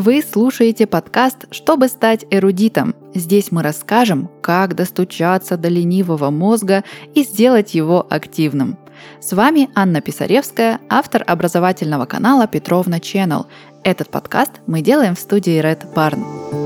Вы слушаете подкаст «Чтобы стать эрудитом». Здесь мы расскажем, как достучаться до ленивого мозга и сделать его активным. С вами Анна Писаревская, автор образовательного канала Петровна Channel. Этот подкаст мы делаем в студии Red Barn.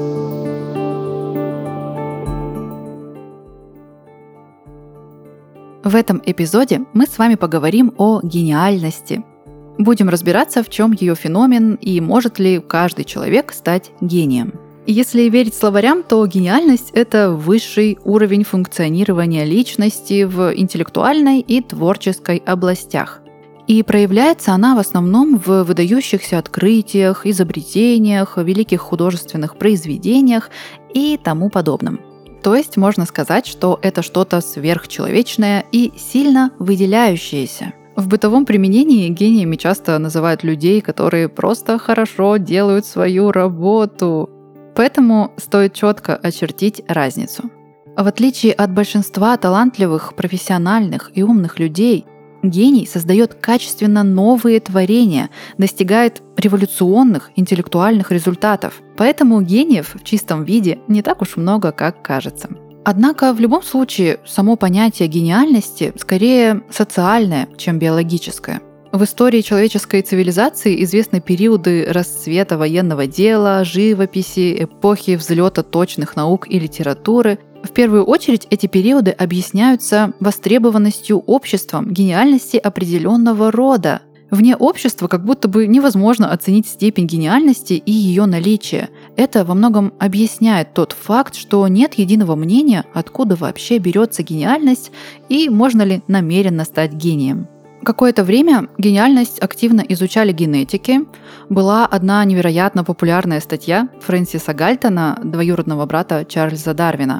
В этом эпизоде мы с вами поговорим о гениальности. Будем разбираться, в чем ее феномен и может ли каждый человек стать гением. Если верить словарям, то гениальность – это высший уровень функционирования личности в интеллектуальной и творческой областях. И проявляется она в основном в выдающихся открытиях, изобретениях, великих художественных произведениях и тому подобном. То есть можно сказать, что это что-то сверхчеловечное и сильно выделяющееся. В бытовом применении гениями часто называют людей, которые просто хорошо делают свою работу. Поэтому стоит четко очертить разницу. В отличие от большинства талантливых, профессиональных и умных людей, гений создает качественно новые творения, достигает революционных интеллектуальных результатов. Поэтому гениев в чистом виде не так уж много, как кажется. Однако в любом случае само понятие гениальности скорее социальное, чем биологическое. В истории человеческой цивилизации известны периоды расцвета военного дела, живописи, эпохи взлета точных наук и литературы. В первую очередь эти периоды объясняются востребованностью обществом гениальности определенного рода. Вне общества как будто бы невозможно оценить степень гениальности и ее наличие. Это во многом объясняет тот факт, что нет единого мнения, откуда вообще берется гениальность и можно ли намеренно стать гением. Какое-то время гениальность активно изучали генетики. Была одна невероятно популярная статья Фрэнсиса Гальтона, двоюродного брата Чарльза Дарвина.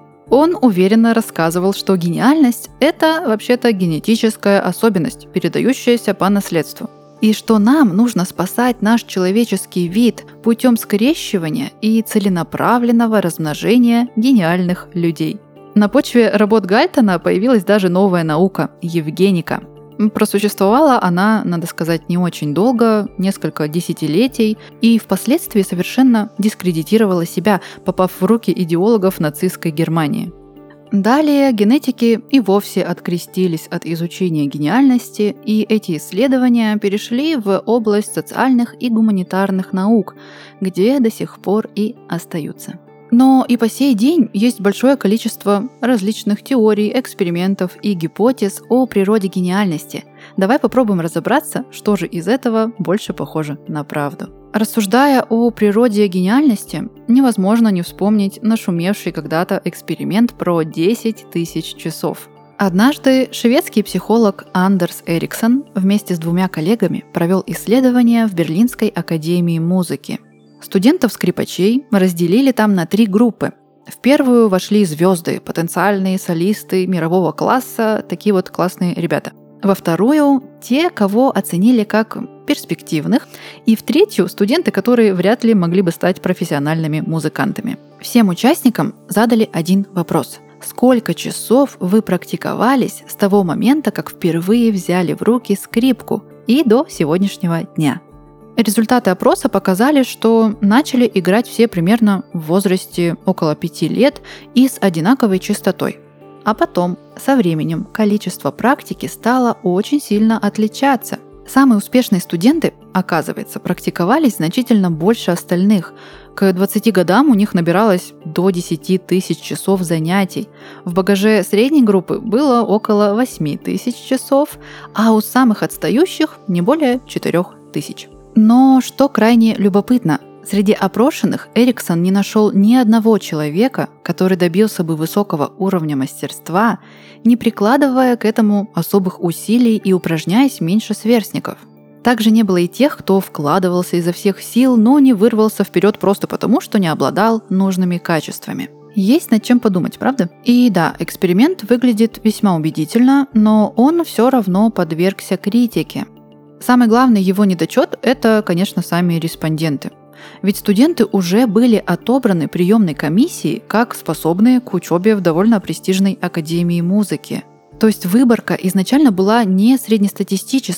Он уверенно рассказывал, что гениальность – это вообще-то генетическая особенность, передающаяся по наследству. И что нам нужно спасать наш человеческий вид путем скрещивания и целенаправленного размножения гениальных людей. На почве работ Гальтона появилась даже новая наука – евгеника. Просуществовала она, надо сказать, не очень долго, несколько десятилетий, и впоследствии совершенно дискредитировала себя, попав в руки идеологов нацистской Германии. Далее генетики и вовсе открестились от изучения гениальности, и эти исследования перешли в область социальных и гуманитарных наук, где до сих пор и остаются. Но и по сей день есть большое количество различных теорий, экспериментов и гипотез о природе гениальности. Давай попробуем разобраться, что же из этого больше похоже на правду. Рассуждая о природе гениальности, невозможно не вспомнить нашумевший когда-то эксперимент про 10 тысяч часов. Однажды шведский психолог Андерс Эриксон вместе с 2 коллегами провел исследование в Берлинской академии музыки. Студентов-скрипачей разделили там на 3 группы. В первую вошли звезды, потенциальные солисты мирового класса, такие вот классные ребята. Во вторую – те, кого оценили как перспективных. И в третью – студенты, которые вряд ли могли бы стать профессиональными музыкантами. Всем участникам задали один вопрос. Сколько часов вы практиковались с того момента, как впервые взяли в руки скрипку, и до сегодняшнего дня? Результаты опроса показали, что начали играть все примерно в возрасте около 5 лет и с одинаковой частотой. А потом, со временем, количество практики стало очень сильно отличаться. Самые успешные студенты, оказывается, практиковались значительно больше остальных. К 20 годам у них набиралось до 10 тысяч часов занятий. В багаже средней группы было около 8 тысяч часов, а у самых отстающих не более 4 тысяч. Но что крайне любопытно, среди опрошенных Эриксон не нашел ни одного человека, который добился бы высокого уровня мастерства, не прикладывая к этому особых усилий и упражняясь меньше сверстников. Также не было и тех, кто вкладывался изо всех сил, но не вырвался вперед просто потому, что не обладал нужными качествами. Есть над чем подумать, правда? И да, эксперимент выглядит весьма убедительно, но он все равно подвергся критике. Самый главный его недочет – это, конечно, сами респонденты. Ведь студенты уже были отобраны приемной комиссией как способные к учебе в довольно престижной академии музыки. То есть выборка изначально была не среднестатистической.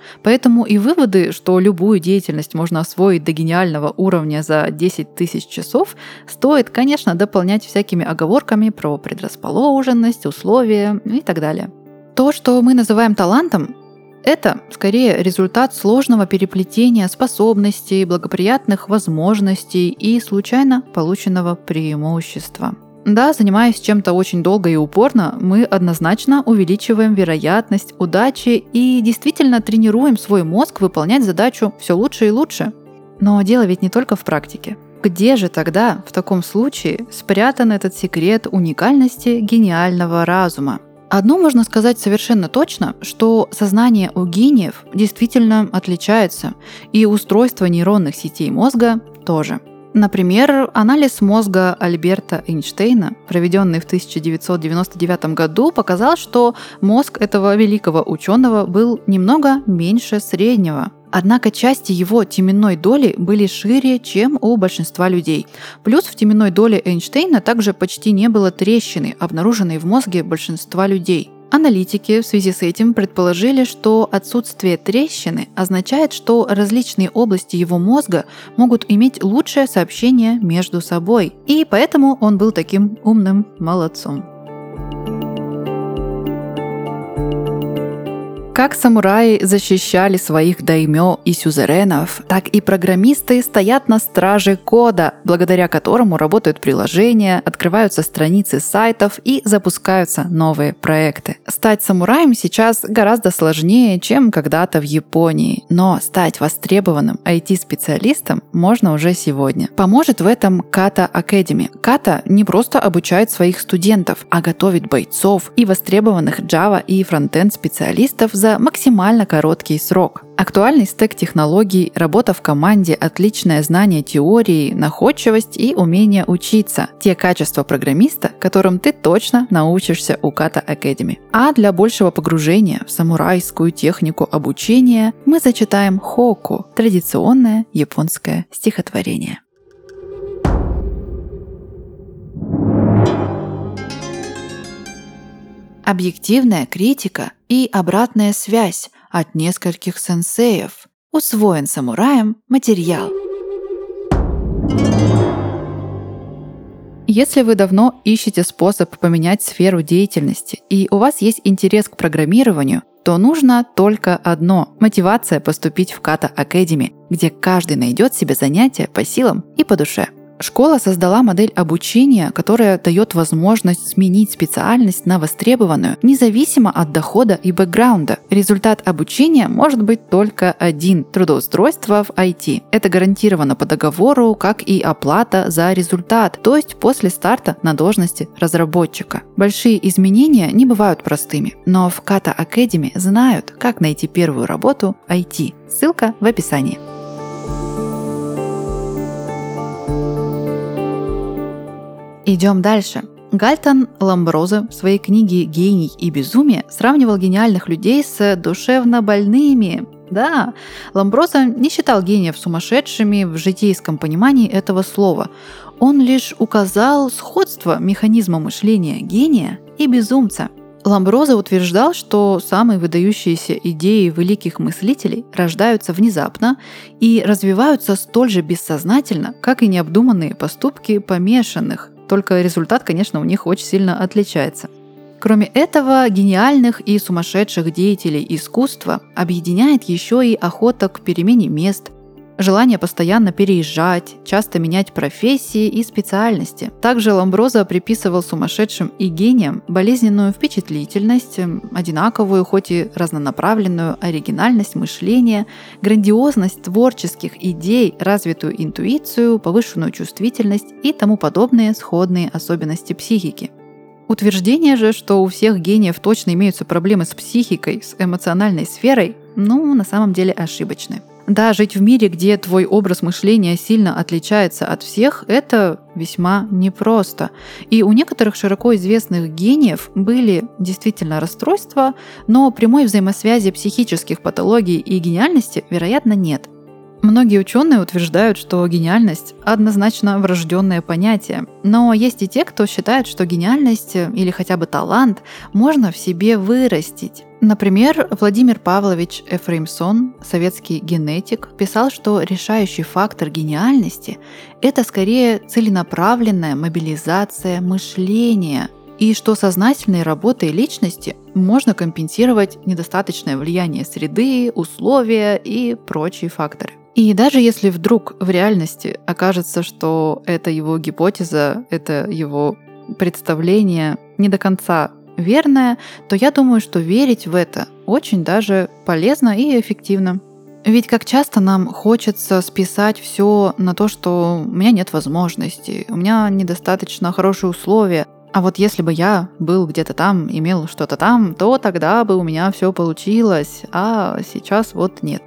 Поэтому и выводы, что любую деятельность можно освоить до гениального уровня за 10 тысяч часов, стоит, конечно, дополнять всякими оговорками про предрасположенность, условия и так далее. То, что мы называем талантом, это скорее результат сложного переплетения способностей, благоприятных возможностей и случайно полученного преимущества. Да, занимаясь чем-то очень долго и упорно, мы однозначно увеличиваем вероятность удачи и действительно тренируем свой мозг выполнять задачу все лучше и лучше. Но дело ведь не только в практике. Где же тогда, в таком случае, спрятан этот секрет уникальности гениального разума? Одно можно сказать совершенно точно, что сознание у гениев действительно отличается, и устройство нейронных сетей мозга тоже. Например, анализ мозга Альберта Эйнштейна, проведенный в 1999 году, показал, что мозг этого великого ученого был немного меньше среднего. Однако части его теменной доли были шире, чем у большинства людей. Плюс в теменной доле Эйнштейна также почти не было трещины, обнаруженной в мозге большинства людей. Аналитики в связи с этим предположили, что отсутствие трещины означает, что различные области его мозга могут иметь лучшее сообщение между собой, и поэтому он был таким умным молодцом. Как самураи защищали своих даймё и сюзеренов, так и программисты стоят на страже кода, благодаря которому работают приложения, открываются страницы сайтов и запускаются новые проекты. Стать самураем сейчас гораздо сложнее, чем когда-то в Японии, но стать востребованным IT-специалистом можно уже сегодня. Поможет в этом Kata Academy. Kata не просто обучает своих студентов, а готовит бойцов и востребованных Java и фронтенд специалистов за максимально короткий срок. Актуальный стек технологий, работа в команде, отличное знание теории, находчивость и умение учиться. Те качества программиста, которым ты точно научишься у Kata Academy. А для большего погружения в самурайскую технику обучения мы зачитаем Хоку, традиционное японское стихотворение. Объективная критика и обратная связь от нескольких сенсеев. Усвоен самураем материал. Если вы давно ищете способ поменять сферу деятельности и у вас есть интерес к программированию, то нужно только одно – мотивация поступить в Kata Academy, где каждый найдет себе занятие по силам и по душе. Школа создала модель обучения, которая дает возможность сменить специальность на востребованную, независимо от дохода и бэкграунда. Результат обучения может быть только один – трудоустройство в IT. Это гарантировано по договору, как и оплата за результат, то есть после старта на должности разработчика. Большие изменения не бывают простыми, но в Kata Academy знают, как найти первую работу IT. Ссылка в описании. Идем дальше. Гальтон Ламброзо в своей книге «Гений и безумие» сравнивал гениальных людей с душевно больными. Да, Ламброзо не считал гениев сумасшедшими в житейском понимании этого слова. Он лишь указал сходство механизма мышления гения и безумца. Ламброзо утверждал, что самые выдающиеся идеи великих мыслителей рождаются внезапно и развиваются столь же бессознательно, как и необдуманные поступки помешанных. Только результат, конечно, у них очень сильно отличается. Кроме этого, гениальных и сумасшедших деятелей искусства объединяет еще и охота к перемене мест, желание постоянно переезжать, часто менять профессии и специальности. Также Ламброзо приписывал сумасшедшим и гениям болезненную впечатлительность, одинаковую, хоть и разнонаправленную оригинальность мышления, грандиозность творческих идей, развитую интуицию, повышенную чувствительность и тому подобные сходные особенности психики. Утверждение же, что у всех гениев точно имеются проблемы с психикой, с эмоциональной сферой, на самом деле ошибочны. Да, жить в мире, где твой образ мышления сильно отличается от всех, это весьма непросто. И у некоторых широко известных гениев были действительно расстройства, но прямой взаимосвязи психических патологий и гениальности, вероятно, нет. Многие ученые утверждают, что гениальность однозначно врожденное понятие, но есть и те, кто считает, что гениальность или хотя бы талант можно в себе вырастить. Например, Владимир Павлович Ефремсон, советский генетик, писал, что решающий фактор гениальности – это скорее целенаправленная мобилизация мышления, и что сознательной работой личности можно компенсировать недостаточное влияние среды, условия и прочие факторы. И даже если вдруг в реальности окажется, что это его гипотеза, это его представление не до конца верное, то я думаю, что верить в это очень даже полезно и эффективно. Ведь как часто нам хочется списать все на то, что у меня нет возможностей, у меня недостаточно хорошие условия, а вот если бы я был где-то там, имел что-то там, то тогда бы у меня все получилось, а сейчас вот нет.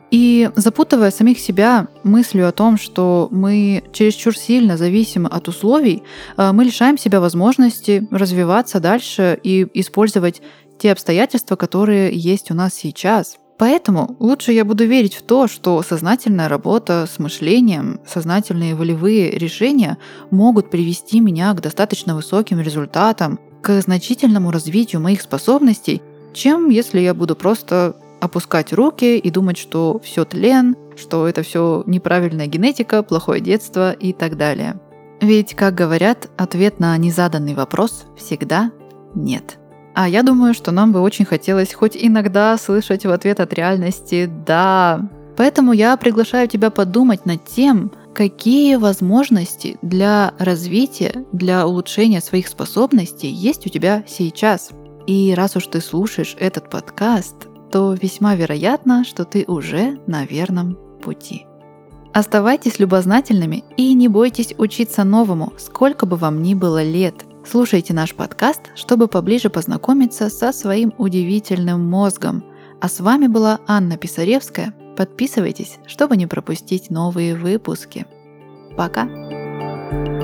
И запутывая самих себя мыслью о том, что мы чересчур сильно зависимы от условий, мы лишаем себя возможности развиваться дальше и использовать те обстоятельства, которые есть у нас сейчас. Поэтому лучше я буду верить в то, что сознательная работа с мышлением, сознательные волевые решения могут привести меня к достаточно высоким результатам, к значительному развитию моих способностей, чем если я буду просто опускать руки и думать, что все тлен, что это все неправильная генетика, плохое детство и так далее. Ведь, как говорят, ответ на незаданный вопрос всегда нет. А я думаю, что нам бы очень хотелось хоть иногда слышать в ответ от реальности «да». Поэтому я приглашаю тебя подумать над тем, какие возможности для развития, для улучшения своих способностей есть у тебя сейчас. И раз уж ты слушаешь этот подкаст, то весьма вероятно, что ты уже на верном пути. Оставайтесь любознательными и не бойтесь учиться новому, сколько бы вам ни было лет. Слушайте наш подкаст, чтобы поближе познакомиться со своим удивительным мозгом. А с вами была Анна Писаревская. Подписывайтесь, чтобы не пропустить новые выпуски. Пока!